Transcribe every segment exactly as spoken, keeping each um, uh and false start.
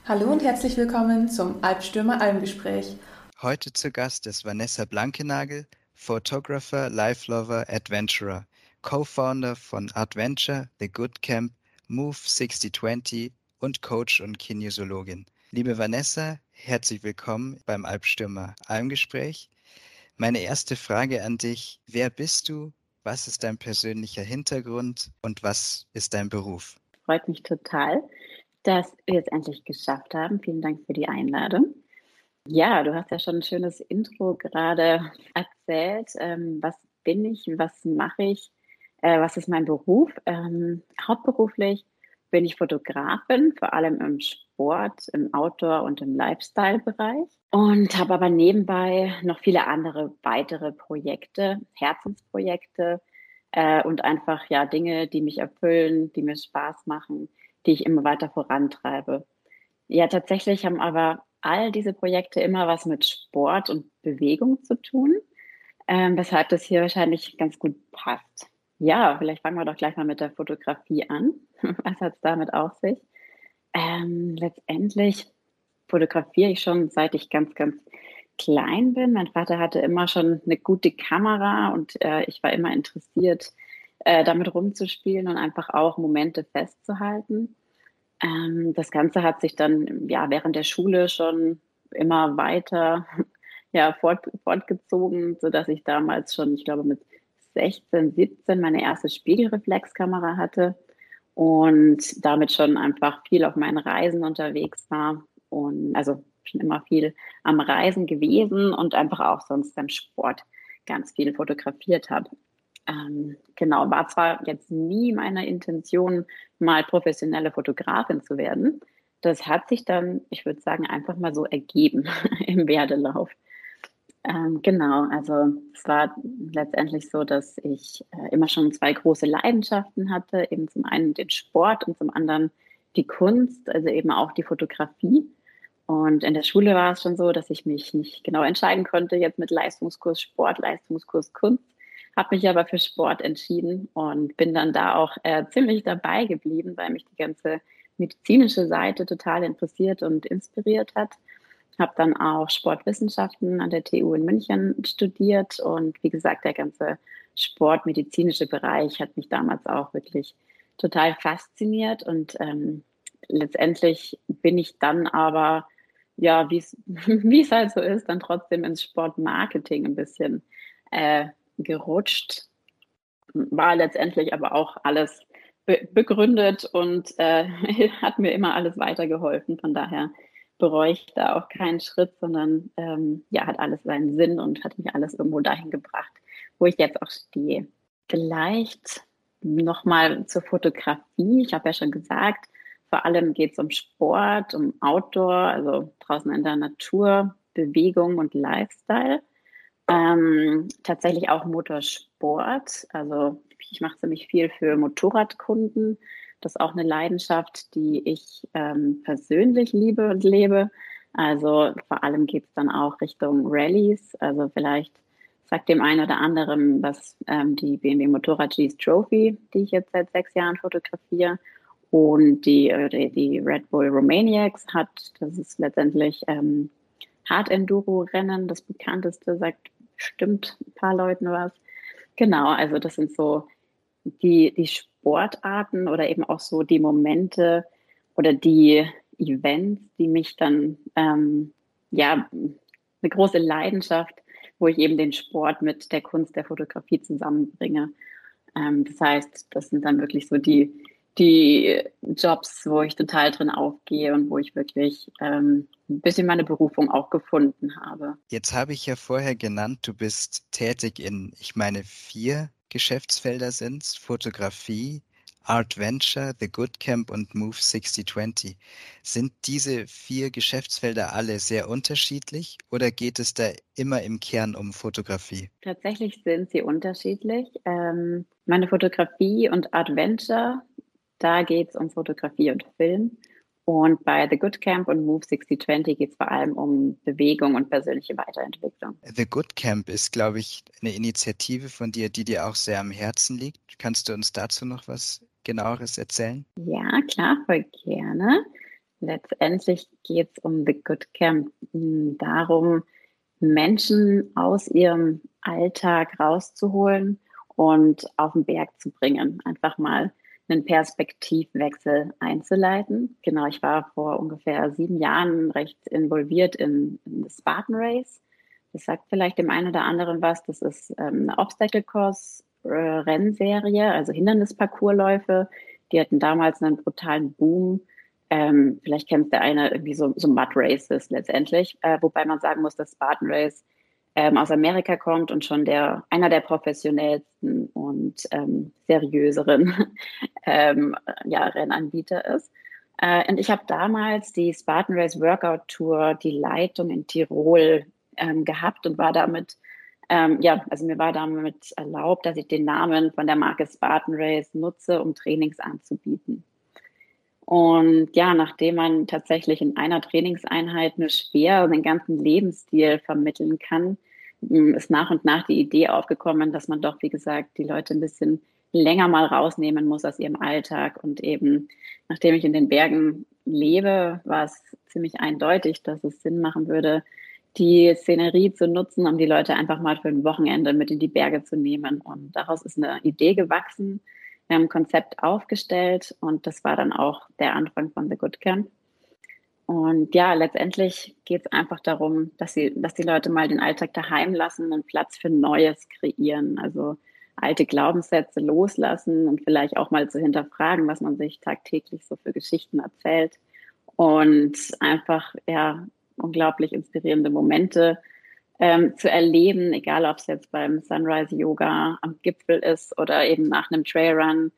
Hallo und herzlich willkommen zum Albstürmer Almgespräch. Heute zu Gast ist Vanessa Blankenagel, Photographer, Life Lover, Adventurer, Co-Founder von Adventure, The Good Camp, Move sechzig zwanzig und Coach und Kinesiologin. Liebe Vanessa, herzlich willkommen beim Albstürmer Almgespräch. Meine erste Frage an dich: Wer bist du? Was ist dein persönlicher Hintergrund und was ist dein Beruf? Freut mich total, dass wir es endlich geschafft haben. Vielen Dank für die Einladung. Ja, du hast ja schon ein schönes Intro gerade erzählt. Ähm, was bin ich? Was mache ich? Äh, was ist mein Beruf? Ähm, hauptberuflich bin ich Fotografin, vor allem im Sport, im Outdoor- und im Lifestyle-Bereich und habe aber nebenbei noch viele andere weitere Projekte, Herzensprojekte, äh, und einfach ja Dinge, die mich erfüllen, die mir Spaß machen, die ich immer weiter vorantreibe. Ja, tatsächlich haben aber all diese Projekte immer was mit Sport und Bewegung zu tun, ähm, weshalb das hier wahrscheinlich ganz gut passt. Ja, vielleicht fangen wir doch gleich mal mit der Fotografie an. Was hat es damit auf sich? Ähm, letztendlich fotografiere ich schon, seit ich ganz, ganz klein bin. Mein Vater hatte immer schon eine gute Kamera und äh, ich war immer interessiert, äh, damit rumzuspielen und einfach auch Momente festzuhalten. Ähm, das Ganze hat sich dann ja während der Schule schon immer weiter ja, fort, fortgezogen, sodass ich damals schon, ich glaube, mit sechzehn, siebzehn meine erste Spiegelreflexkamera hatte und damit schon einfach viel auf meinen Reisen unterwegs war und also schon immer viel am Reisen gewesen und einfach auch sonst beim Sport ganz viel fotografiert habe. Ähm, genau, war zwar jetzt nie meine Intention, mal professionelle Fotografin zu werden. Das hat sich dann, ich würde sagen, einfach mal so ergeben im Werdelauf. Ähm, genau, also es war letztendlich so, dass ich äh, immer schon zwei große Leidenschaften hatte, eben zum einen den Sport und zum anderen die Kunst, also eben auch die Fotografie. Und in der Schule war es schon so, dass ich mich nicht genau entscheiden konnte, jetzt mit Leistungskurs Sport, Leistungskurs Kunst, habe mich aber für Sport entschieden und bin dann da auch äh, ziemlich dabei geblieben, weil mich die ganze medizinische Seite total interessiert und inspiriert hat. Habe dann auch Sportwissenschaften an der T U in München studiert und wie gesagt, der ganze sportmedizinische Bereich hat mich damals auch wirklich total fasziniert und ähm, letztendlich bin ich dann aber, ja, wie es wie es halt so ist, dann trotzdem ins Sportmarketing ein bisschen äh, gerutscht, war letztendlich aber auch alles be begründet und äh, hat mir immer alles weitergeholfen. Von daher bereue ich da auch keinen Schritt, sondern ähm, ja, hat alles seinen Sinn und hat mich alles irgendwo dahin gebracht, wo ich jetzt auch stehe. Vielleicht nochmal zur Fotografie. Ich habe ja schon gesagt, vor allem geht es um Sport, um Outdoor, also draußen in der Natur, Bewegung und Lifestyle. Ähm, tatsächlich auch Motorsport. Also ich mache ziemlich viel für Motorradkunden. Das ist auch eine Leidenschaft, die ich ähm, persönlich liebe und lebe. Also vor allem geht es dann auch Richtung Rallyes. Also vielleicht sagt dem einen oder anderen, was ähm, die B M W Motorrad G's Trophy, die ich jetzt seit sechs Jahren fotografiere, und die, äh, die, die Red Bull Romaniacs hat. Das ist letztendlich ähm, Hard-Enduro-Rennen, das bekannteste, sagt bestimmt ein paar Leuten was. Genau, also das sind so die, die Sportarten oder eben auch so die Momente oder die Events, die mich dann, ähm, ja, eine große Leidenschaft, wo ich eben den Sport mit der Kunst der Fotografie zusammenbringe. Ähm, das heißt, das sind dann wirklich so die, die Jobs, wo ich total drin aufgehe und wo ich wirklich ähm, ein bisschen meine Berufung auch gefunden habe. Jetzt habe ich ja vorher genannt, du bist tätig in, ich meine, vier Geschäftsfelder sind's: Fotografie, Art Venture, The Good Camp und Move sechzig zwanzig. Sind diese vier Geschäftsfelder alle sehr unterschiedlich oder geht es da immer im Kern um Fotografie? Tatsächlich sind sie unterschiedlich. Ähm, meine Fotografie und Adventure, da geht es um Fotografie und Film. Und bei The Good Camp und Move sechzig zwanzig geht es vor allem um Bewegung und persönliche Weiterentwicklung. The Good Camp ist, glaube ich, eine Initiative von dir, die dir auch sehr am Herzen liegt. Kannst du uns dazu noch was Genaueres erzählen? Ja, klar, voll gerne. letztendlich geht es um The Good Camp mh, darum, Menschen aus ihrem Alltag rauszuholen und auf den Berg zu bringen. Einfach mal einen Perspektivwechsel einzuleiten. Genau, ich war vor ungefähr sieben Jahren recht involviert in, in das Spartan Race. Das sagt vielleicht dem einen oder anderen was. Das ist ähm, eine Obstacle Course äh, Rennserie, also Hindernisparcoursläufe. Die hatten damals einen brutalen Boom. Ähm, vielleicht kennt der eine irgendwie so, so Mud Races letztendlich, äh, wobei man sagen muss, dass Spartan Race ähm, aus Amerika kommt und schon der einer der professionellsten und ähm, seriöseren ähm, ja, Rennanbieter ist. Äh, und ich habe damals die Spartan Race Workout Tour, die Leitung in Tirol ähm, gehabt und war damit, ähm, ja, also mir war damit erlaubt, dass ich den Namen von der Marke Spartan Race nutze, um Trainings anzubieten. Und ja, nachdem man tatsächlich in einer Trainingseinheit nur schwer den ganzen Lebensstil vermitteln kann, ist nach und nach die Idee aufgekommen, dass man doch, wie gesagt, die Leute ein bisschen länger mal rausnehmen muss aus ihrem Alltag. Und eben, nachdem ich in den Bergen lebe, war es ziemlich eindeutig, dass es Sinn machen würde, die Szenerie zu nutzen, um die Leute einfach mal für ein Wochenende mit in die Berge zu nehmen. Und daraus ist eine Idee gewachsen. Wir haben ein Konzept aufgestellt und das war dann auch der Anfang von The Good Camp. Und ja, letztendlich geht es einfach darum, dass, sie, dass die Leute mal den Alltag daheim lassen und Platz für Neues kreieren. Also alte Glaubenssätze loslassen und vielleicht auch mal zu hinterfragen, was man sich tagtäglich so für Geschichten erzählt. Und einfach ja unglaublich inspirierende Momente ähm, zu erleben, egal ob es jetzt beim Sunrise Yoga am Gipfel ist oder eben nach einem Trailrun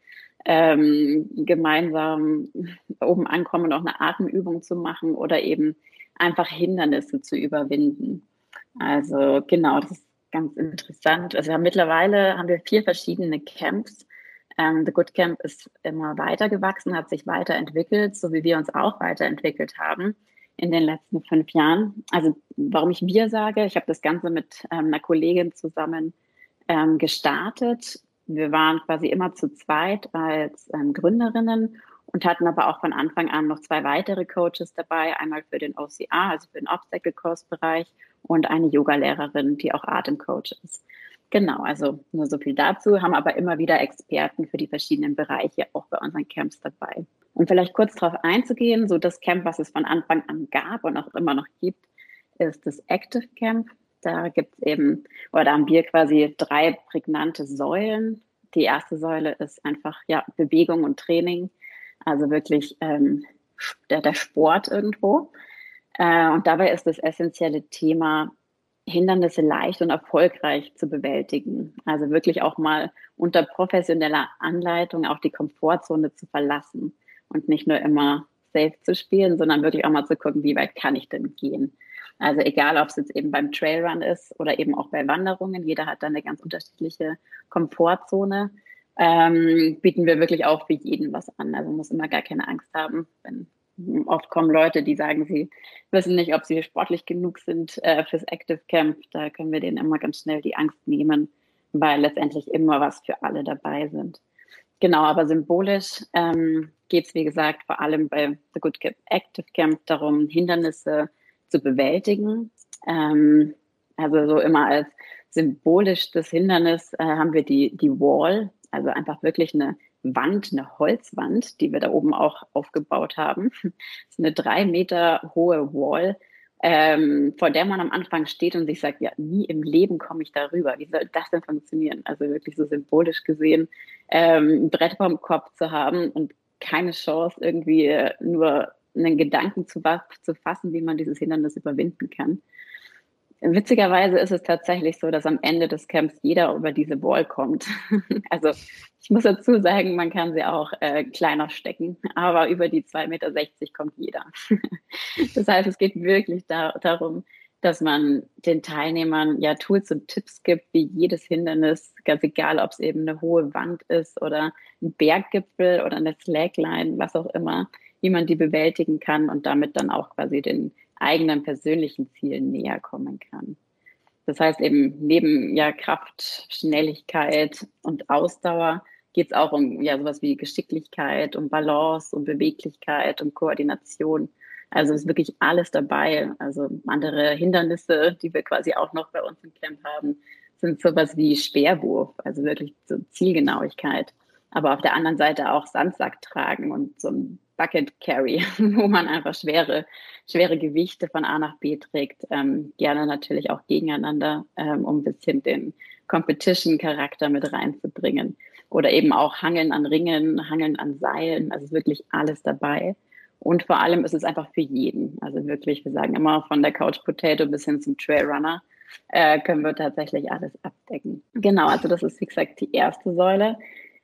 ähm, gemeinsam oben ankommen und auch eine Atemübung zu machen oder eben einfach Hindernisse zu überwinden. Also genau, das ist ganz interessant. Also wir haben mittlerweile haben wir vier verschiedene Camps. Ähm, The Good Camp ist immer weitergewachsen, hat sich weiterentwickelt, so wie wir uns auch weiterentwickelt haben in den letzten fünf Jahren. Also warum ich wir sage, ich habe das Ganze mit ähm, einer Kollegin zusammen ähm, gestartet. Wir waren quasi immer zu zweit als ähm, Gründerinnen und hatten aber auch von Anfang an noch zwei weitere Coaches dabei, einmal für den O C R, also für den Obstacle Course Bereich und eine Yogalehrerin, die auch Atemcoach ist. Genau, also nur so viel dazu, haben aber immer wieder Experten für die verschiedenen Bereiche auch bei unseren Camps dabei. Um vielleicht kurz darauf einzugehen, so das Camp, was es von Anfang an gab und auch immer noch gibt, ist das Active Camp. Da gibt es eben, oder da haben wir quasi drei prägnante Säulen. Die erste Säule ist einfach ja Bewegung und Training, also wirklich ähm, der, der Sport irgendwo. Äh, und dabei ist das essentielle Thema, Hindernisse leicht und erfolgreich zu bewältigen. Also wirklich auch mal unter professioneller Anleitung auch die Komfortzone zu verlassen und nicht nur immer safe zu spielen, sondern wirklich auch mal zu gucken, wie weit kann ich denn gehen. Also egal, ob es jetzt eben beim Trailrun ist oder eben auch bei Wanderungen, jeder hat da eine ganz unterschiedliche Komfortzone, ähm, bieten wir wirklich auch für jeden was an. Also man muss immer gar keine Angst haben, wenn oft kommen Leute, die sagen, sie wissen nicht, ob sie sportlich genug sind äh, fürs Active Camp. Da können wir denen immer ganz schnell die Angst nehmen, weil letztendlich immer was für alle dabei sind. Genau, aber symbolisch ähm, geht es, wie gesagt, vor allem bei The Good Camp Active Camp darum, Hindernisse zu bewältigen. Ähm, also so immer als symbolisch das Hindernis äh, haben wir die, die Wall, also einfach wirklich eine Wand, eine Holzwand, die wir da oben auch aufgebaut haben. Das ist eine drei Meter hohe Wall, ähm, vor der man am Anfang steht und sich sagt, ja, nie im Leben komme ich darüber. Wie soll das denn funktionieren? Also wirklich so symbolisch gesehen, ähm, ein Brett vorm Kopf zu haben und keine Chance, irgendwie nur einen Gedanken zu, zu fassen, wie man dieses Hindernis überwinden kann. Witzigerweise ist es tatsächlich so, dass am Ende des Camps jeder über diese Wall kommt. Also ich muss dazu sagen, man kann sie auch äh, kleiner stecken, aber über die zwei Meter sechzig kommt jeder. Das heißt, es geht wirklich da, darum, dass man den Teilnehmern ja Tools und Tipps gibt, wie jedes Hindernis, ganz egal, ob es eben eine hohe Wand ist oder ein Berggipfel oder eine Slackline, was auch immer, wie man die bewältigen kann und damit dann auch quasi den eigenen persönlichen Zielen näher kommen kann. Das heißt eben, neben ja Kraft, Schnelligkeit und Ausdauer geht es auch um ja sowas wie Geschicklichkeit, um Balance, um Beweglichkeit, um Koordination Also ist wirklich alles dabei. Also andere Hindernisse, die wir quasi auch noch bei uns im Camp haben, sind sowas wie Speerwurf, also wirklich so Zielgenauigkeit. Aber auf der anderen Seite auch Sandsack tragen und so ein Bucket Carry, wo man einfach schwere, schwere Gewichte von A nach B trägt. Ähm, gerne natürlich auch gegeneinander, ähm, um ein bisschen den Competition-Charakter mit reinzubringen. Oder eben auch Hangeln an Ringen, Hangeln an Seilen, also wirklich alles dabei. Und vor allem ist es einfach für jeden. Also wirklich, wir sagen immer von der Couch Potato bis hin zum Trailrunner äh, können wir tatsächlich alles abdecken. Genau, also das ist wie gesagt die erste Säule.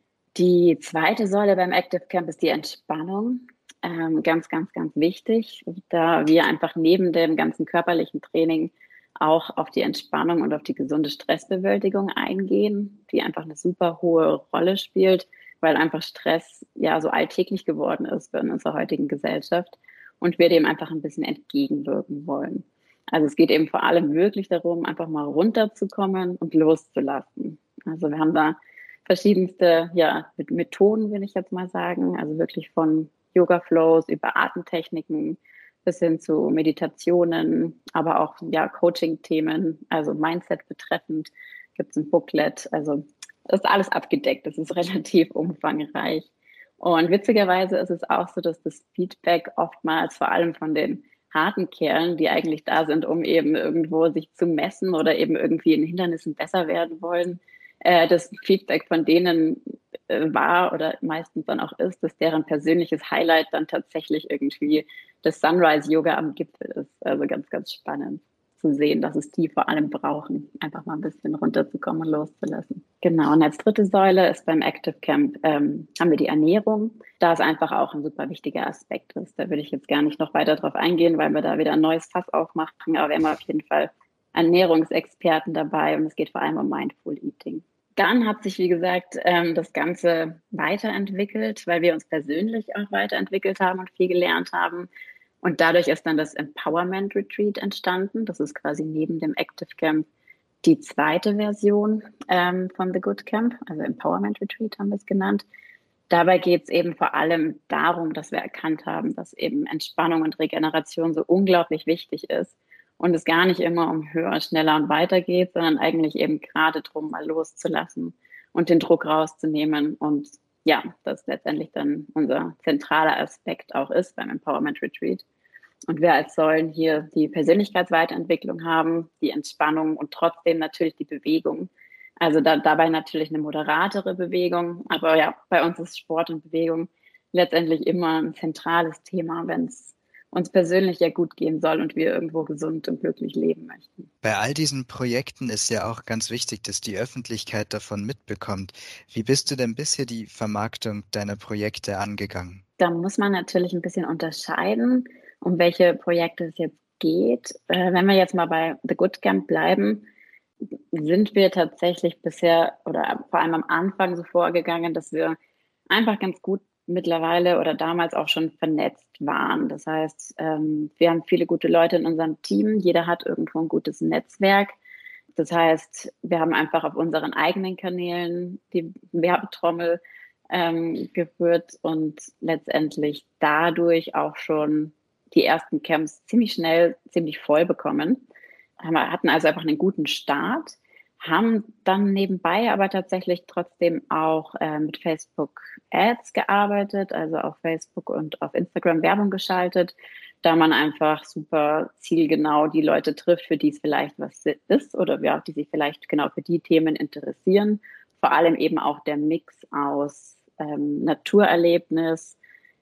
Die zweite Säule beim Active Camp ist die Entspannung. Ähm, ganz, ganz, ganz wichtig, da wir einfach neben dem ganzen körperlichen Training auch auf die Entspannung und auf die gesunde Stressbewältigung eingehen, die einfach eine super hohe Rolle spielt, weil einfach Stress ja so alltäglich geworden ist in unserer heutigen Gesellschaft und wir dem einfach ein bisschen entgegenwirken wollen. Also es geht eben vor allem wirklich darum, einfach mal runterzukommen und loszulassen. Also wir haben da verschiedenste ja, Methoden, will ich jetzt mal sagen, also wirklich von Yoga-Flows über Atemtechniken bis hin zu Meditationen, aber auch ja, Coaching-Themen, also Mindset betreffend, gibt es ein Booklet, also das ist alles abgedeckt, das ist relativ umfangreich. Und witzigerweise ist es auch so, dass das Feedback oftmals vor allem von den harten Kerlen, die eigentlich da sind, um eben irgendwo sich zu messen oder eben irgendwie in Hindernissen besser werden wollen, äh, das Feedback von denen äh, war oder meistens dann auch ist, dass deren persönliches Highlight dann tatsächlich irgendwie das Sunrise-Yoga am Gipfel ist. Also ganz, ganz spannend zu sehen, dass es die vor allem brauchen, einfach mal ein bisschen runterzukommen und loszulassen. Genau, und als dritte Säule ist beim Active Camp, ähm, haben wir die Ernährung, da es einfach auch ein super wichtiger Aspekt ist. Da würde ich jetzt gar nicht noch weiter drauf eingehen, weil wir da wieder ein neues Fass aufmachen, aber wir haben auf jeden Fall Ernährungsexperten dabei und es geht vor allem um Mindful Eating. Dann hat sich, wie gesagt, ähm, das Ganze weiterentwickelt, weil wir uns persönlich auch weiterentwickelt haben und viel gelernt haben. Und dadurch ist dann das Empowerment Retreat entstanden. Das ist quasi neben dem Active Camp die zweite Version ähm, von The Good Camp, also Empowerment Retreat haben wir es genannt. Dabei geht es eben vor allem darum, dass wir erkannt haben, dass eben Entspannung und Regeneration so unglaublich wichtig ist und es gar nicht immer um höher, schneller und weiter geht, sondern eigentlich eben gerade darum, mal loszulassen und den Druck rauszunehmen. Und ja, das letztendlich dann unser zentraler Aspekt auch ist beim Empowerment Retreat. Und wir als Säulen hier die Persönlichkeitsweiterentwicklung haben, die Entspannung und trotzdem natürlich die Bewegung. Also da, dabei natürlich eine moderatere Bewegung. Aber ja, bei uns ist Sport und Bewegung letztendlich immer ein zentrales Thema, wenn es uns persönlich ja gut gehen soll und wir irgendwo gesund und glücklich leben möchten. Bei all diesen Projekten ist ja auch ganz wichtig, dass die Öffentlichkeit davon mitbekommt. Wie bist du denn bisher die Vermarktung deiner Projekte angegangen? Da muss man natürlich ein bisschen unterscheiden, um welche Projekte es jetzt geht. Äh, wenn wir jetzt mal bei The Good Camp bleiben, sind wir tatsächlich bisher oder vor allem am Anfang so vorgegangen, dass wir einfach ganz gut mittlerweile oder damals auch schon vernetzt waren. Das heißt, ähm, wir haben viele gute Leute in unserem Team. Jeder hat irgendwo ein gutes Netzwerk. Das heißt, wir haben einfach auf unseren eigenen Kanälen die Werbetrommel ähm, geführt und letztendlich dadurch auch schon die ersten Camps ziemlich schnell, ziemlich voll bekommen. Wir hatten also einfach einen guten Start, haben dann nebenbei aber tatsächlich trotzdem auch äh, mit Facebook Ads gearbeitet, also auf Facebook und auf Instagram Werbung geschaltet, da man einfach super zielgenau die Leute trifft, für die es vielleicht was ist oder ja, die sich vielleicht genau für die Themen interessieren. Vor allem eben auch der Mix aus ähm, Naturerlebnis,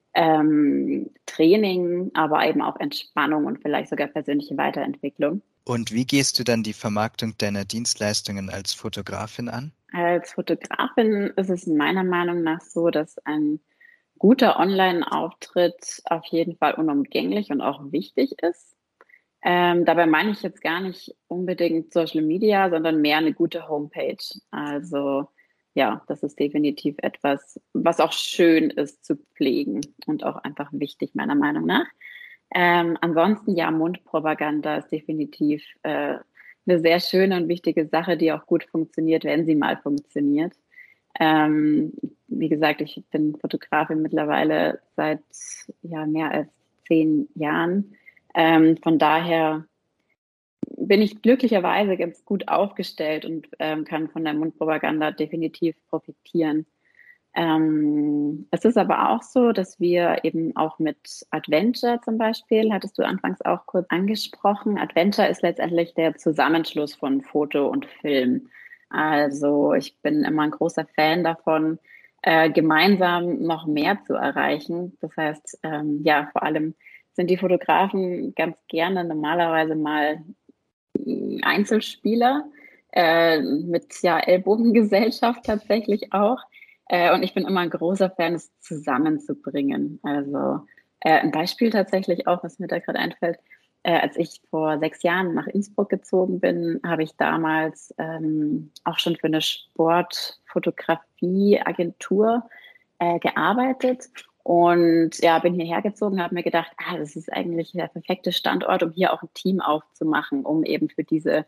ähm, Training, aber eben auch Entspannung und vielleicht sogar persönliche Weiterentwicklung. Und wie gehst du dann die Vermarktung deiner Dienstleistungen als Fotografin an? Als Fotografin ist es meiner Meinung nach so, dass ein guter Online-Auftritt auf jeden Fall unumgänglich und auch wichtig ist. Ähm, dabei meine ich jetzt gar nicht unbedingt Social Media, sondern mehr eine gute Homepage. Also ja, das ist definitiv etwas, was auch schön ist zu pflegen und auch einfach wichtig meiner Meinung nach. Ähm, ansonsten ja, Mundpropaganda ist definitiv äh, eine sehr schöne und wichtige Sache, die auch gut funktioniert, wenn sie mal funktioniert. Ähm, wie gesagt, ich bin Fotografin mittlerweile seit ja, mehr als zehn Jahren. Ähm, von daher bin ich glücklicherweise ganz gut aufgestellt und ähm, kann von der Mundpropaganda definitiv profitieren. Ähm, es ist aber auch so, dass wir eben auch mit Adventure zum Beispiel, hattest du anfangs auch kurz angesprochen. Adventure ist letztendlich der Zusammenschluss von Foto und Film. Also ich bin immer ein großer Fan davon, äh, gemeinsam noch mehr zu erreichen. Das heißt, ähm, ja, vor allem sind die Fotografen ganz gerne normalerweise mal Einzelspieler äh, mit ja, Ellbogengesellschaft tatsächlich auch. Äh, und ich bin immer ein großer Fan, es zusammenzubringen. Also äh, ein Beispiel tatsächlich auch, was mir da gerade einfällt. Äh, als ich vor sechs Jahren nach Innsbruck gezogen bin, habe ich damals ähm, auch schon für eine Sportfotografieagentur äh, gearbeitet. Und ja, bin hierher gezogen, habe mir gedacht, ah, das ist eigentlich der perfekte Standort, um hier auch ein Team aufzumachen, um eben für diese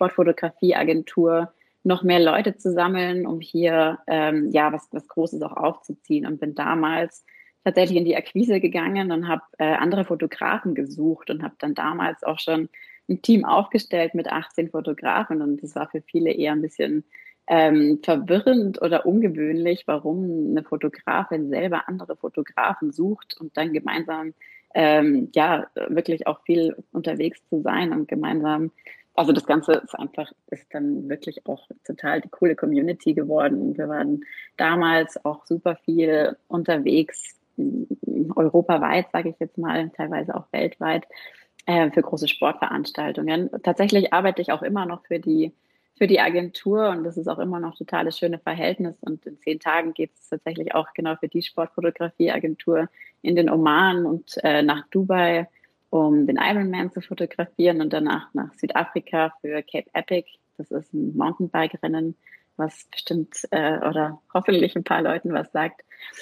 Sportfotografieagentur noch mehr Leute zu sammeln, um hier ähm, ja was, was Großes auch aufzuziehen. Und bin damals tatsächlich in die Akquise gegangen und habe äh, andere Fotografen gesucht und habe dann damals auch schon ein Team aufgestellt mit achtzehn Fotografen. Und das war für viele eher ein bisschen ähm, verwirrend oder ungewöhnlich, warum eine Fotografin selber andere Fotografen sucht und dann gemeinsam ähm, ja wirklich auch viel unterwegs zu sein und gemeinsam, also das Ganze ist einfach, ist dann wirklich auch total die coole Community geworden. Wir waren damals auch super viel unterwegs, europaweit, sage ich jetzt mal, teilweise auch weltweit, äh, für große Sportveranstaltungen. Tatsächlich arbeite ich auch immer noch für die für die Agentur und das ist auch immer noch total das schöne Verhältnis. Und in zehn Tagen geht es tatsächlich auch genau für die Sportfotografieagentur in den Oman und äh, nach Dubai, um den Ironman zu fotografieren und danach nach Südafrika für Cape Epic. Das ist ein Mountainbike-Rennen, was bestimmt äh, oder hoffentlich ein paar Leuten was sagt.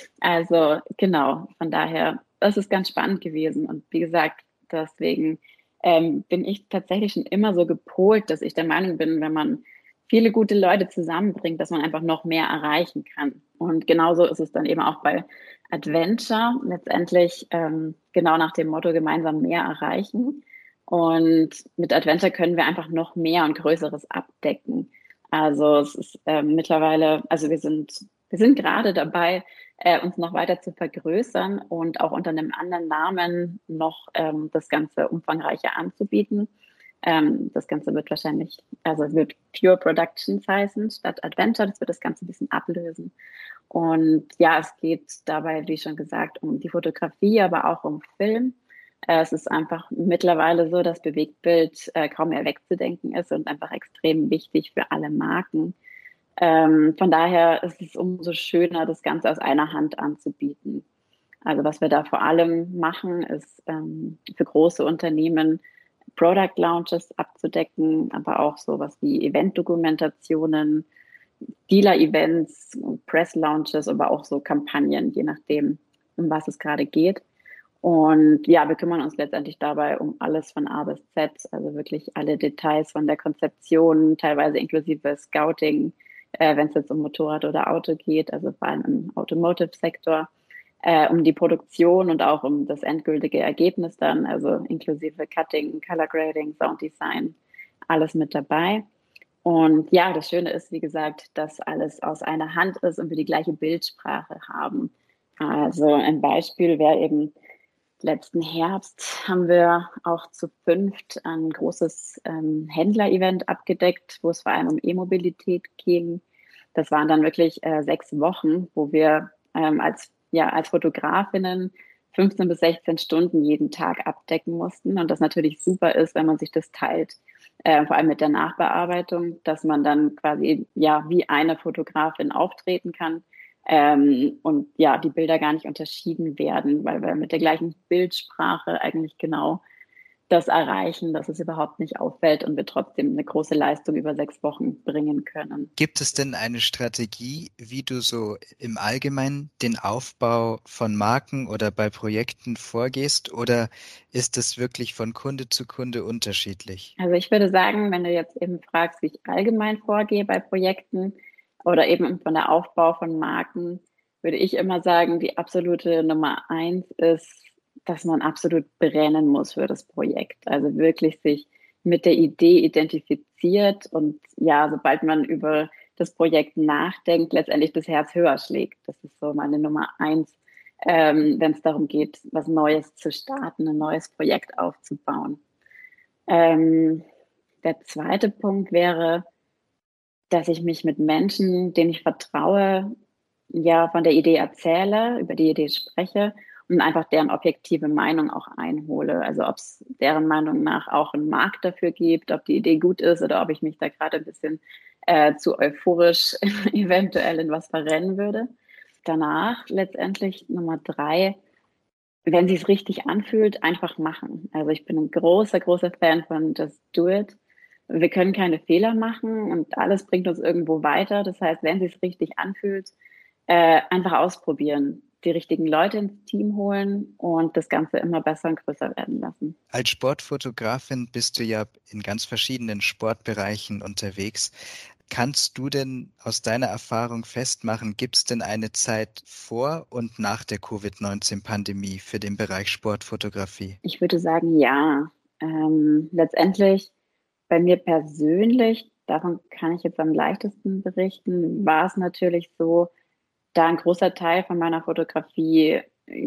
Also genau, von daher, das ist ganz spannend gewesen. Und wie gesagt, deswegen ähm, bin ich tatsächlich schon immer so gepolt, dass ich der Meinung bin, wenn man viele gute Leute zusammenbringt, dass man einfach noch mehr erreichen kann. Und genauso ist es dann eben auch bei Adventure, letztendlich ähm, genau nach dem Motto gemeinsam mehr erreichen. Und mit Adventure können wir einfach noch mehr und Größeres abdecken. Also es ist ähm, mittlerweile, also wir sind, wir sind gerade dabei, äh, uns noch weiter zu vergrößern und auch unter einem anderen Namen noch ähm, das Ganze umfangreicher anzubieten. Ähm, das Ganze wird wahrscheinlich, also es wird Pure Productions heißen statt Adventure. Das wird das Ganze ein bisschen ablösen. Und ja, es geht dabei, wie schon gesagt, um die Fotografie, aber auch um Film. Äh, es ist einfach mittlerweile so, dass Bewegtbild äh, kaum mehr wegzudenken ist und einfach extrem wichtig für alle Marken. Ähm, von daher ist es umso schöner, das Ganze aus einer Hand anzubieten. Also was wir da vor allem machen, ist ähm, für große Unternehmen Product Launches abzudecken, aber auch sowas wie Event-Dokumentationen, Dealer-Events, Press-Launches, aber auch so Kampagnen, je nachdem, um was es gerade geht. Und ja, wir kümmern uns letztendlich dabei um alles von A bis Z, also wirklich alle Details von der Konzeption, teilweise inklusive Scouting, äh, wenn es jetzt um Motorrad oder Auto geht, also vor allem im Automotive-Sektor, äh, um die Produktion und auch um das endgültige Ergebnis dann, also inklusive Cutting, Color Grading, Sound Design, alles mit dabei. Und ja, das Schöne ist, wie gesagt, dass alles aus einer Hand ist und wir die gleiche Bildsprache haben. Also ein Beispiel wäre eben, letzten Herbst haben wir auch zu fünft ein großes ähm, Händler-Event abgedeckt, wo es vor allem um E-Mobilität ging. Das waren dann wirklich äh, sechs Wochen, wo wir ähm, als, ja, als Fotografinnen fünfzehn bis sechzehn Stunden jeden Tag abdecken mussten. Und das natürlich super ist, wenn man sich das teilt, äh, vor allem mit der Nachbearbeitung, dass man dann quasi ja wie eine Fotografin auftreten kann. Ähm, und ja, die Bilder gar nicht unterschieden werden, weil wir mit der gleichen Bildsprache eigentlich genau das erreichen, dass es überhaupt nicht auffällt und wir trotzdem eine große Leistung über sechs Wochen bringen können. Gibt es denn eine Strategie, wie du so im Allgemeinen den Aufbau von Marken oder bei Projekten vorgehst, oder ist es wirklich von Kunde zu Kunde unterschiedlich? Also ich würde sagen, wenn du jetzt eben fragst, wie ich allgemein vorgehe bei Projekten, oder eben von der Aufbau von Marken, würde ich immer sagen, die absolute Nummer eins ist dass man absolut brennen muss für das Projekt. Also wirklich sich mit der Idee identifiziert und ja, sobald man über das Projekt nachdenkt, letztendlich das Herz höher schlägt. Das ist so meine Nummer eins, ähm, wenn es darum geht, was Neues zu starten, ein neues Projekt aufzubauen. Ähm, der zweite Punkt wäre, dass ich mich mit Menschen, denen ich vertraue, ja, von der Idee erzähle, über die Idee spreche und einfach deren objektive Meinung auch einhole. Also ob es deren Meinung nach auch einen Markt dafür gibt, ob die Idee gut ist oder ob ich mich da gerade ein bisschen äh, zu euphorisch eventuell in was verrennen würde. Danach letztendlich Nummer drei, wenn sie es richtig anfühlt, einfach machen. Also ich bin ein großer, großer Fan von Just Do It. Wir können keine Fehler machen und alles bringt uns irgendwo weiter. Das heißt, wenn sie es richtig anfühlt, äh, einfach ausprobieren, die richtigen Leute ins Team holen und das Ganze immer besser und größer werden lassen. Als Sportfotografin bist du ja in ganz verschiedenen Sportbereichen unterwegs. Kannst du denn aus deiner Erfahrung festmachen, gibt es denn eine Zeit vor und nach der Covid neunzehn Pandemie für den Bereich Sportfotografie? Ich würde sagen, ja. Ähm, letztendlich bei mir persönlich, davon kann ich jetzt am leichtesten berichten, war es natürlich so, da ein großer Teil von meiner Fotografie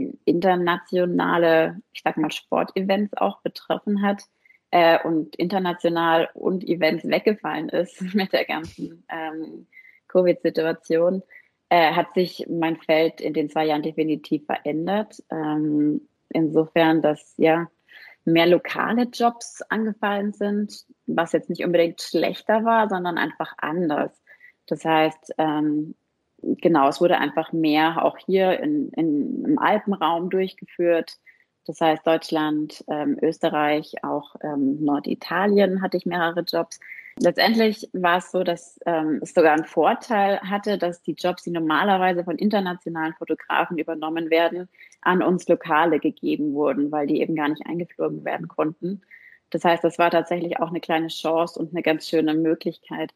internationale, ich sag mal, Sportevents auch betroffen hat äh, und international und Events weggefallen ist mit der ganzen ähm, Covid-Situation, äh, hat sich mein Feld in den zwei Jahren definitiv verändert. Ähm, insofern, dass ja mehr lokale Jobs angefallen sind, was jetzt nicht unbedingt schlechter war, sondern einfach anders. Das heißt, ähm, genau, es wurde einfach mehr auch hier in, in, im Alpenraum durchgeführt. Das heißt, Deutschland, ähm, Österreich, auch ähm, Norditalien hatte ich mehrere Jobs. Letztendlich war es so, dass ähm, es sogar einen Vorteil hatte, dass die Jobs, die normalerweise von internationalen Fotografen übernommen werden, an uns Lokale gegeben wurden, weil die eben gar nicht eingeflogen werden konnten. Das heißt, das war tatsächlich auch eine kleine Chance und eine ganz schöne Möglichkeit.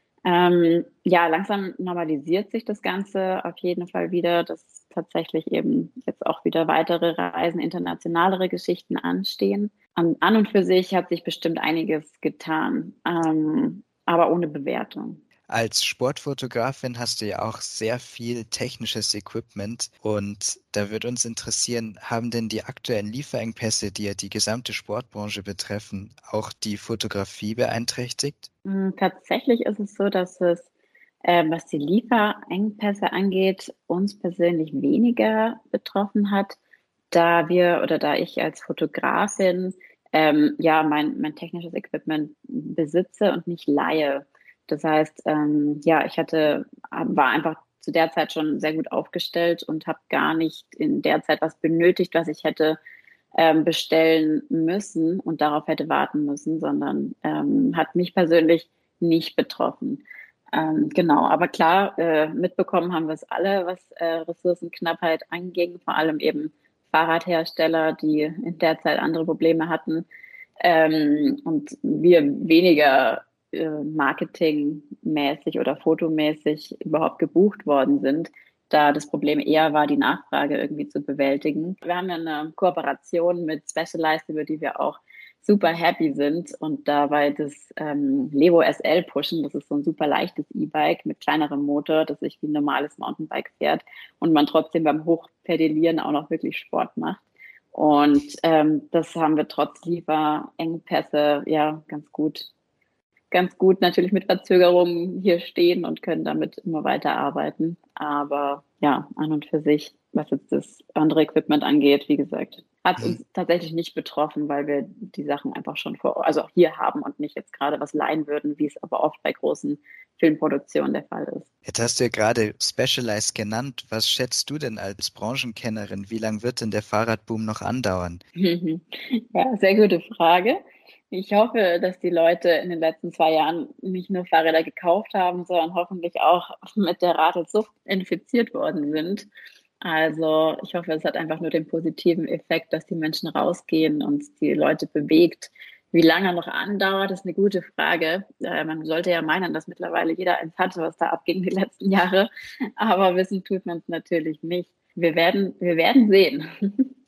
Ähm, ja, langsam normalisiert sich das Ganze auf jeden Fall wieder, dass tatsächlich eben jetzt auch wieder weitere Reisen, internationalere Geschichten anstehen. An, an und für sich hat sich bestimmt einiges getan, ähm, aber ohne Bewertung. Als Sportfotografin hast du ja auch sehr viel technisches Equipment und da würde uns interessieren, haben denn die aktuellen Lieferengpässe, die ja die gesamte Sportbranche betreffen, auch die Fotografie beeinträchtigt? Mm, Tatsächlich ist es so, dass es, äh, was die Lieferengpässe angeht, uns persönlich weniger betroffen hat, da wir oder da ich als Fotografin ähm, ja mein, mein technisches Equipment besitze und nicht leihe. Das heißt, ähm, ja, ich hatte, war einfach zu der Zeit schon sehr gut aufgestellt und habe gar nicht in der Zeit was benötigt, was ich hätte ähm, bestellen müssen und darauf hätte warten müssen, sondern ähm, hat mich persönlich nicht betroffen. Ähm, genau, aber klar, äh, mitbekommen haben wir es alle, was äh, Ressourcenknappheit anging, vor allem eben Fahrradhersteller, die in der Zeit andere Probleme hatten ähm, und wir weniger äh, marketingmäßig oder fotomäßig überhaupt gebucht worden sind, da das Problem eher war, die Nachfrage irgendwie zu bewältigen. Wir haben ja eine Kooperation mit Specialized, über die wir auch super happy sind und dabei das ähm, Levo S L pushen. Das ist so ein super leichtes E-Bike mit kleinerem Motor, das sich wie ein normales Mountainbike fährt und man trotzdem beim Hochpedalieren auch noch wirklich Sport macht. Und ähm, das haben wir trotz Lieferengpässe ja ganz gut ganz gut natürlich mit Verzögerungen hier stehen und können damit immer weiter arbeiten. Aber ja, an und für sich, was jetzt das andere Equipment angeht, wie gesagt, hat es uns tatsächlich nicht betroffen, weil wir die Sachen einfach schon vor, also auch hier haben und nicht jetzt gerade was leihen würden, wie es aber oft bei großen Filmproduktionen der Fall ist. Jetzt hast du ja gerade Specialized genannt. Was schätzt du denn als Branchenkennerin? Wie lange wird denn der Fahrradboom noch andauern? Ja, sehr gute Frage. Ich hoffe, dass die Leute in den letzten zwei Jahren nicht nur Fahrräder gekauft haben, sondern hoffentlich auch mit der Radlsucht infiziert worden sind. Also ich hoffe, es hat einfach nur den positiven Effekt, dass die Menschen rausgehen und die Leute bewegt. Wie lange noch andauert, ist eine gute Frage. Äh, man sollte ja meinen, dass mittlerweile jeder eins hatte, was da abging die letzten Jahre. Aber wissen tut man es natürlich nicht. Wir werden, wir werden sehen.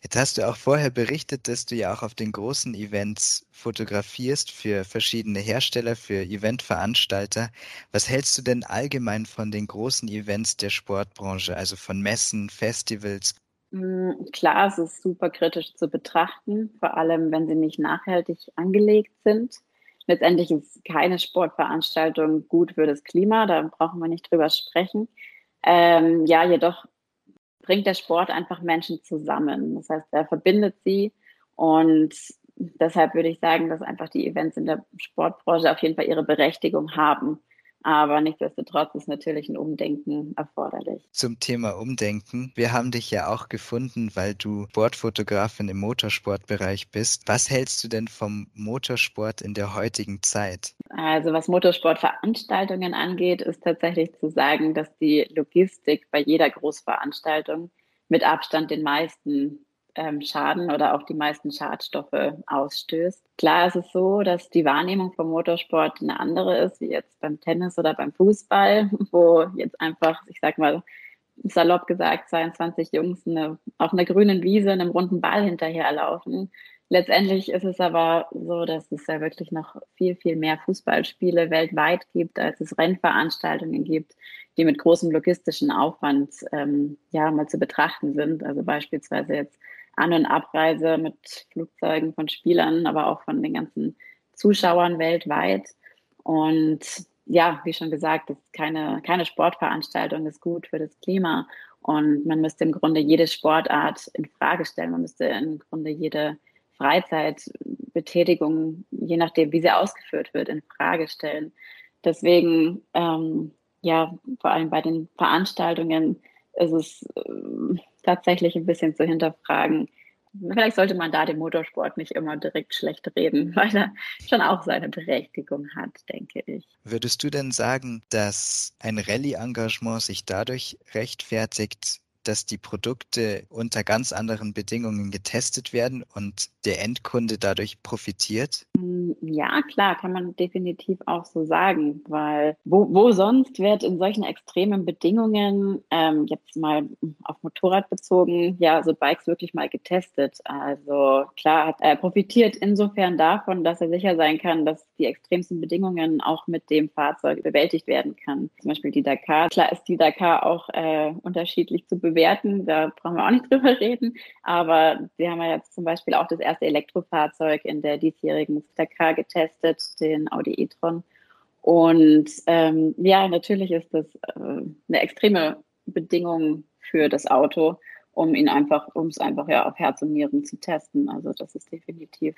Jetzt hast du auch vorher berichtet, dass du ja auch auf den großen Events fotografierst für verschiedene Hersteller, für Eventveranstalter. Was hältst du denn allgemein von den großen Events der Sportbranche, also von Messen, Festivals? Mm, Klar, es ist super kritisch zu betrachten, vor allem wenn sie nicht nachhaltig angelegt sind. Letztendlich ist keine Sportveranstaltung gut für das Klima, da brauchen wir nicht drüber sprechen. Ähm, ja, jedoch bringt der Sport einfach Menschen zusammen. Das heißt, er verbindet sie und deshalb würde ich sagen, dass einfach die Events in der Sportbranche auf jeden Fall ihre Berechtigung haben. Aber nichtsdestotrotz ist natürlich ein Umdenken erforderlich. Zum Thema Umdenken. Wir haben dich ja auch gefunden, weil du Sportfotografin im Motorsportbereich bist. Was hältst du denn vom Motorsport in der heutigen Zeit? Also was Motorsportveranstaltungen angeht, ist tatsächlich zu sagen, dass die Logistik bei jeder Großveranstaltung mit Abstand den meisten ähm, Schaden oder auch die meisten Schadstoffe ausstößt. Klar ist es so, dass die Wahrnehmung vom Motorsport eine andere ist, wie jetzt beim Tennis oder beim Fußball, wo jetzt einfach, ich sag mal, salopp gesagt, zweiundzwanzig Jungs eine, auf einer grünen Wiese einem runden Ball hinterherlaufen. Letztendlich ist es aber so, dass es ja wirklich noch viel, viel mehr Fußballspiele weltweit gibt, als es Rennveranstaltungen gibt, die mit großem logistischen Aufwand ähm, ja mal zu betrachten sind. Also beispielsweise jetzt An- und Abreise mit Flugzeugen von Spielern, aber auch von den ganzen Zuschauern weltweit. Und ja, wie schon gesagt, das ist keine, keine Sportveranstaltung ist gut für das Klima. Und man müsste im Grunde jede Sportart in Frage stellen. Man müsste im Grunde jede Freizeitbetätigung, je nachdem, wie sie ausgeführt wird, in Frage stellen. Deswegen, ähm, ja, vor allem bei den Veranstaltungen ist es ähm, tatsächlich ein bisschen zu hinterfragen. Vielleicht sollte man da den Motorsport nicht immer direkt schlecht reden, weil er schon auch seine Berechtigung hat, denke ich. Würdest du denn sagen, dass ein Rallye-Engagement sich dadurch rechtfertigt, dass die Produkte unter ganz anderen Bedingungen getestet werden und der Endkunde dadurch profitiert? Ja, klar, kann man definitiv auch so sagen, weil wo, wo sonst wird in solchen extremen Bedingungen, ähm, jetzt mal auf Motorrad bezogen, ja, so Bikes wirklich mal getestet. Also klar, hat er profitiert insofern davon, dass er sicher sein kann, dass die extremsten Bedingungen auch mit dem Fahrzeug bewältigt werden kann. Zum Beispiel die Dakar. Klar ist die Dakar auch äh, unterschiedlich zu bewerten, da brauchen wir auch nicht drüber reden, aber sie haben ja jetzt zum Beispiel auch das erste Elektrofahrzeug in der diesjährigen Dakar getestet, den Audi e-tron. Und ähm, ja, natürlich ist das äh, eine extreme Bedingung für das Auto, um ihn einfach, um es einfach ja auf Herz und Nieren zu testen. Also das ist definitiv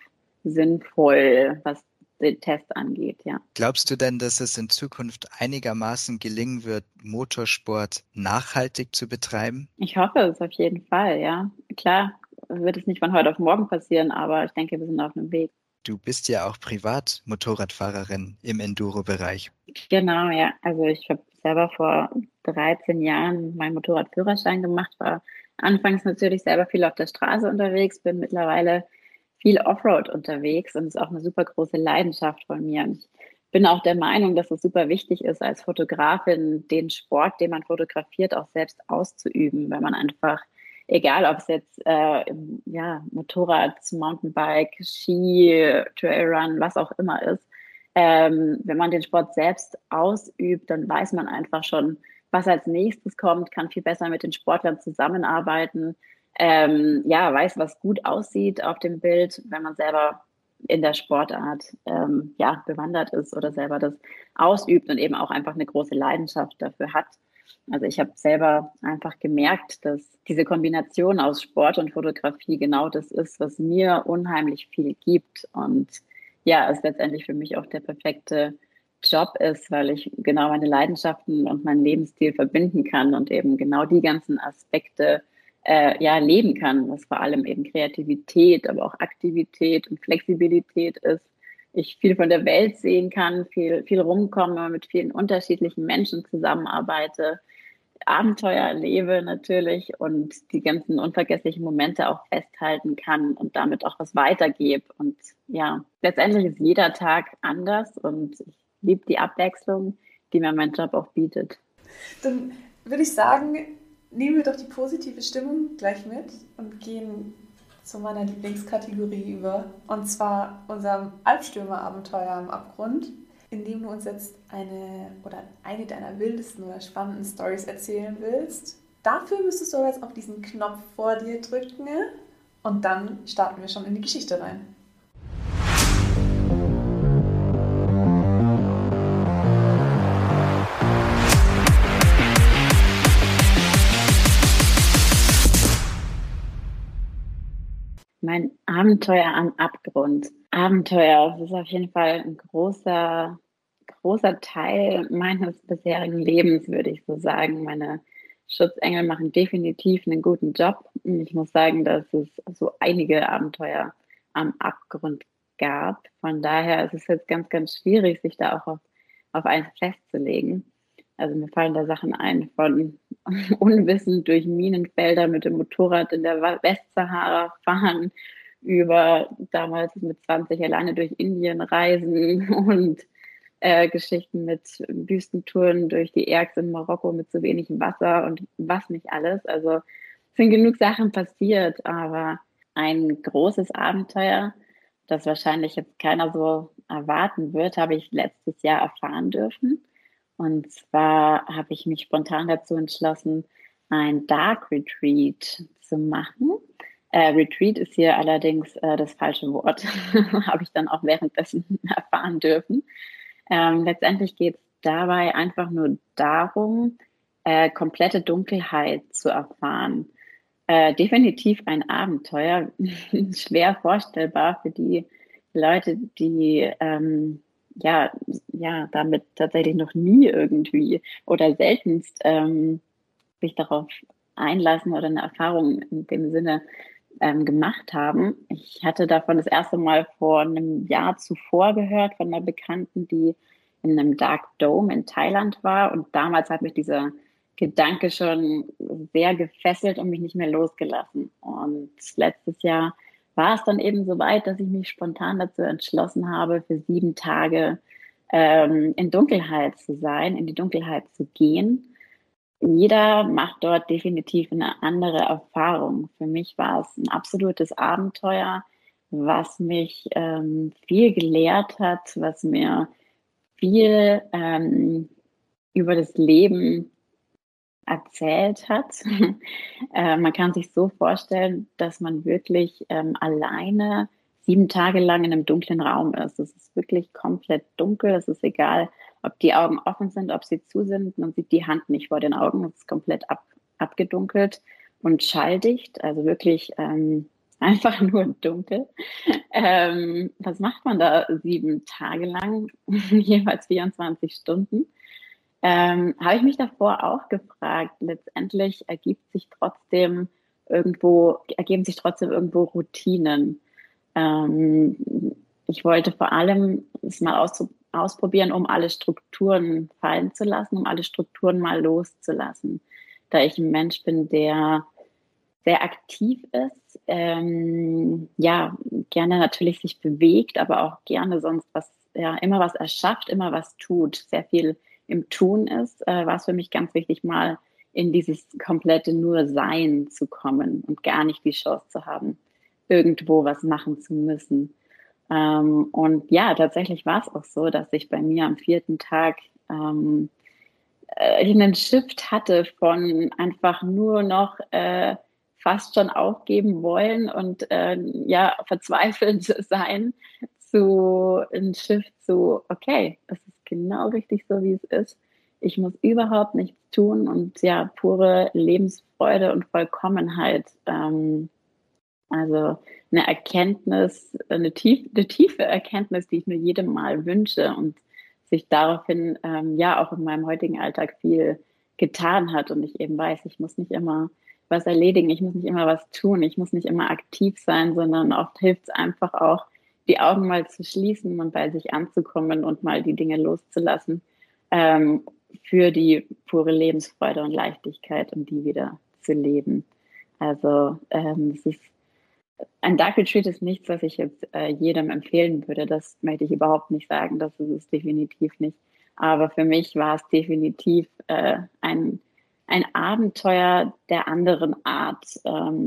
sinnvoll, was den Test angeht, ja. Glaubst du denn, dass es in Zukunft einigermaßen gelingen wird, Motorsport nachhaltig zu betreiben? Ich hoffe es auf jeden Fall, ja. Klar wird es nicht von heute auf morgen passieren, aber ich denke, wir sind auf einem Weg. Du bist ja auch privat Motorradfahrerin im Enduro-Bereich. Genau, ja. Also ich habe selber vor dreizehn Jahren meinen Motorradführerschein gemacht, war anfangs natürlich selber viel auf der Straße unterwegs, bin mittlerweile viel Offroad unterwegs und ist auch eine super große Leidenschaft von mir. Und ich bin auch der Meinung, dass es super wichtig ist, als Fotografin den Sport, den man fotografiert, auch selbst auszuüben, weil man einfach, egal ob es jetzt äh, ja, Motorrad, Mountainbike, Ski, Trailrun, was auch immer ist, ähm, wenn man den Sport selbst ausübt, dann weiß man einfach schon, was als nächstes kommt, kann viel besser mit den Sportlern zusammenarbeiten, ähm, ja, weiß, was gut aussieht auf dem Bild, wenn man selber in der Sportart ähm, ja, bewandert ist oder selber das ausübt und eben auch einfach eine große Leidenschaft dafür hat. Also ich habe selber einfach gemerkt, dass diese Kombination aus Sport und Fotografie genau das ist, was mir unheimlich viel gibt und ja, es letztendlich für mich auch der perfekte Job ist, weil ich genau meine Leidenschaften und meinen Lebensstil verbinden kann und eben genau die ganzen Aspekte äh, ja leben kann, was vor allem eben Kreativität, aber auch Aktivität und Flexibilität ist. Ich viel von der Welt sehen kann, viel, viel rumkomme, mit vielen unterschiedlichen Menschen zusammenarbeite, Abenteuer erlebe natürlich und die ganzen unvergesslichen Momente auch festhalten kann und damit auch was weitergebe. Und ja, letztendlich ist jeder Tag anders und ich liebe die Abwechslung, die mir mein Job auch bietet. Dann würde ich sagen, nehmen wir doch die positive Stimmung gleich mit und gehen zu meiner Lieblingskategorie über. Und zwar unserem Albstürmer-Abenteuer am Abgrund, in dem du uns jetzt eine oder eine deiner wildesten oder spannenden Stories erzählen willst. Dafür müsstest du jetzt auf diesen Knopf vor dir drücken und dann starten wir schon in die Geschichte rein. Mein Abenteuer am Abgrund. Abenteuer, das ist auf jeden Fall ein großer, großer Teil meines bisherigen Lebens, würde ich so sagen. Meine Schutzengel machen definitiv einen guten Job. Und ich muss sagen, dass es so einige Abenteuer am Abgrund gab. Von daher ist es jetzt ganz, ganz schwierig, sich da auch auf, auf eins festzulegen. Also mir fallen da Sachen ein von unwissend durch Minenfelder mit dem Motorrad in der Westsahara fahren, über damals mit zwanzig alleine durch Indien reisen und äh, Geschichten mit Wüstentouren durch die Ergs in Marokko mit zu wenig Wasser und was nicht alles. Also es sind genug Sachen passiert, aber ein großes Abenteuer, das wahrscheinlich jetzt keiner so erwarten wird, habe ich letztes Jahr erfahren dürfen. Und zwar habe ich mich spontan dazu entschlossen, ein Dark Retreat zu machen. Äh, Retreat ist hier allerdings äh, das falsche Wort, habe ich dann auch währenddessen erfahren dürfen. Ähm, letztendlich geht es dabei einfach nur darum, äh, komplette Dunkelheit zu erfahren. Äh, definitiv ein Abenteuer, schwer vorstellbar für die Leute, die ähm, ja, ja, damit tatsächlich noch nie irgendwie oder seltenst ähm, sich darauf einlassen oder eine Erfahrung in dem Sinne ähm, gemacht haben. Ich hatte davon das erste Mal vor einem Jahr zuvor gehört von einer Bekannten, die in einem Dark Dome in Thailand war. Und damals hat mich dieser Gedanke schon sehr gefesselt und mich nicht mehr losgelassen. Und letztes Jahr war es dann eben so weit, dass ich mich spontan dazu entschlossen habe, für sieben Tage ähm, in Dunkelheit zu sein, in die Dunkelheit zu gehen. Jeder macht dort definitiv eine andere Erfahrung. Für mich war es ein absolutes Abenteuer, was mich ähm, viel gelehrt hat, was mir viel ähm, über das Leben erzählt hat. äh, man kann sich so vorstellen, dass man wirklich ähm, alleine sieben Tage lang in einem dunklen Raum ist. Es ist wirklich komplett dunkel. Es ist egal, ob die Augen offen sind, ob sie zu sind. Man sieht die Hand nicht vor den Augen. Es ist komplett ab, abgedunkelt und schalldicht. Also wirklich ähm, einfach nur dunkel. Ähm, was macht man da sieben Tage lang? Jeweils vierundzwanzig Stunden. Ähm, habe ich mich davor auch gefragt. Letztendlich ergibt sich trotzdem irgendwo, ergeben sich trotzdem irgendwo Routinen. Ähm, ich wollte vor allem es mal aus, ausprobieren, um alle Strukturen fallen zu lassen, um alle Strukturen mal loszulassen. Da ich ein Mensch bin, der sehr aktiv ist, ähm, ja, gerne natürlich sich bewegt, aber auch gerne sonst was, ja, immer was erschafft, immer was tut, sehr viel im Tun ist, äh, war es für mich ganz wichtig, mal in dieses komplette Nur-Sein zu kommen und gar nicht die Chance zu haben, irgendwo was machen zu müssen. Ähm, und ja, tatsächlich war es auch so, dass ich bei mir am vierten Tag ähm, äh, einen Shift hatte von einfach nur noch äh, fast schon aufgeben wollen und äh, ja, verzweifelt sein, zu ein Shift zu, okay, es ist genau richtig so, wie es ist. Ich muss überhaupt nichts tun und ja, pure Lebensfreude und Vollkommenheit. Ähm, also eine Erkenntnis, eine, tief, eine tiefe Erkenntnis, die ich mir jedem Mal wünsche und sich daraufhin ähm, ja auch in meinem heutigen Alltag viel getan hat und ich eben weiß, ich muss nicht immer was erledigen, ich muss nicht immer was tun, ich muss nicht immer aktiv sein, sondern oft hilft es einfach auch, die Augen mal zu schließen und bei sich anzukommen und mal die Dinge loszulassen ähm, für die pure Lebensfreude und Leichtigkeit und die wieder zu leben. Also ähm, es ist ein Dark Retreat ist nichts, was ich jetzt äh, jedem empfehlen würde. Das möchte ich überhaupt nicht sagen. Das ist es definitiv nicht. Aber für mich war es definitiv äh, ein, ein Abenteuer der anderen Art. Ähm,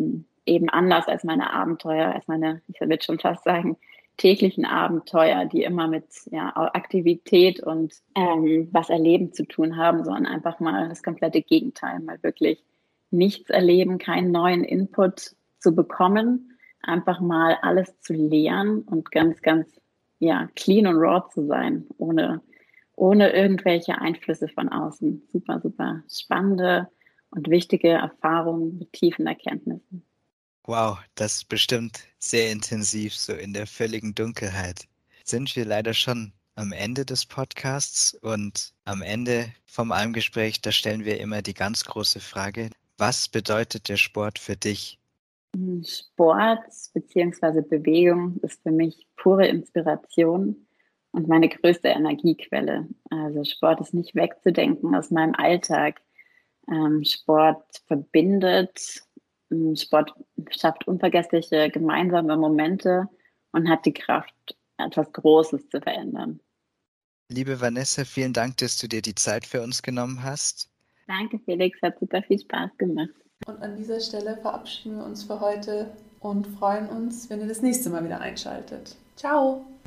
eben anders als meine Abenteuer, als meine, ich würde schon fast sagen, täglichen Abenteuer, die immer mit ja, Aktivität und ähm, was erleben zu tun haben, sondern einfach mal das komplette Gegenteil, mal wirklich nichts erleben, keinen neuen Input zu bekommen, einfach mal alles zu lernen und ganz, ganz ja, clean und raw zu sein, ohne, ohne irgendwelche Einflüsse von außen. Super, super spannende und wichtige Erfahrungen mit tiefen Erkenntnissen. Wow, das ist bestimmt sehr intensiv, so in der völligen Dunkelheit. Sind wir leider schon am Ende des Podcasts und am Ende vom Almgespräch, da stellen wir immer die ganz große Frage, was bedeutet der Sport für dich? Sport bzw. Bewegung ist für mich pure Inspiration und meine größte Energiequelle. Also Sport ist nicht wegzudenken aus meinem Alltag. Ähm, Sport verbindet, Sport schafft unvergessliche gemeinsame Momente und hat die Kraft, etwas Großes zu verändern. Liebe Vanessa, vielen Dank, dass du dir die Zeit für uns genommen hast. Danke, Felix, hat super viel Spaß gemacht. Und an dieser Stelle verabschieden wir uns für heute und freuen uns, wenn ihr das nächste Mal wieder einschaltet. Ciao!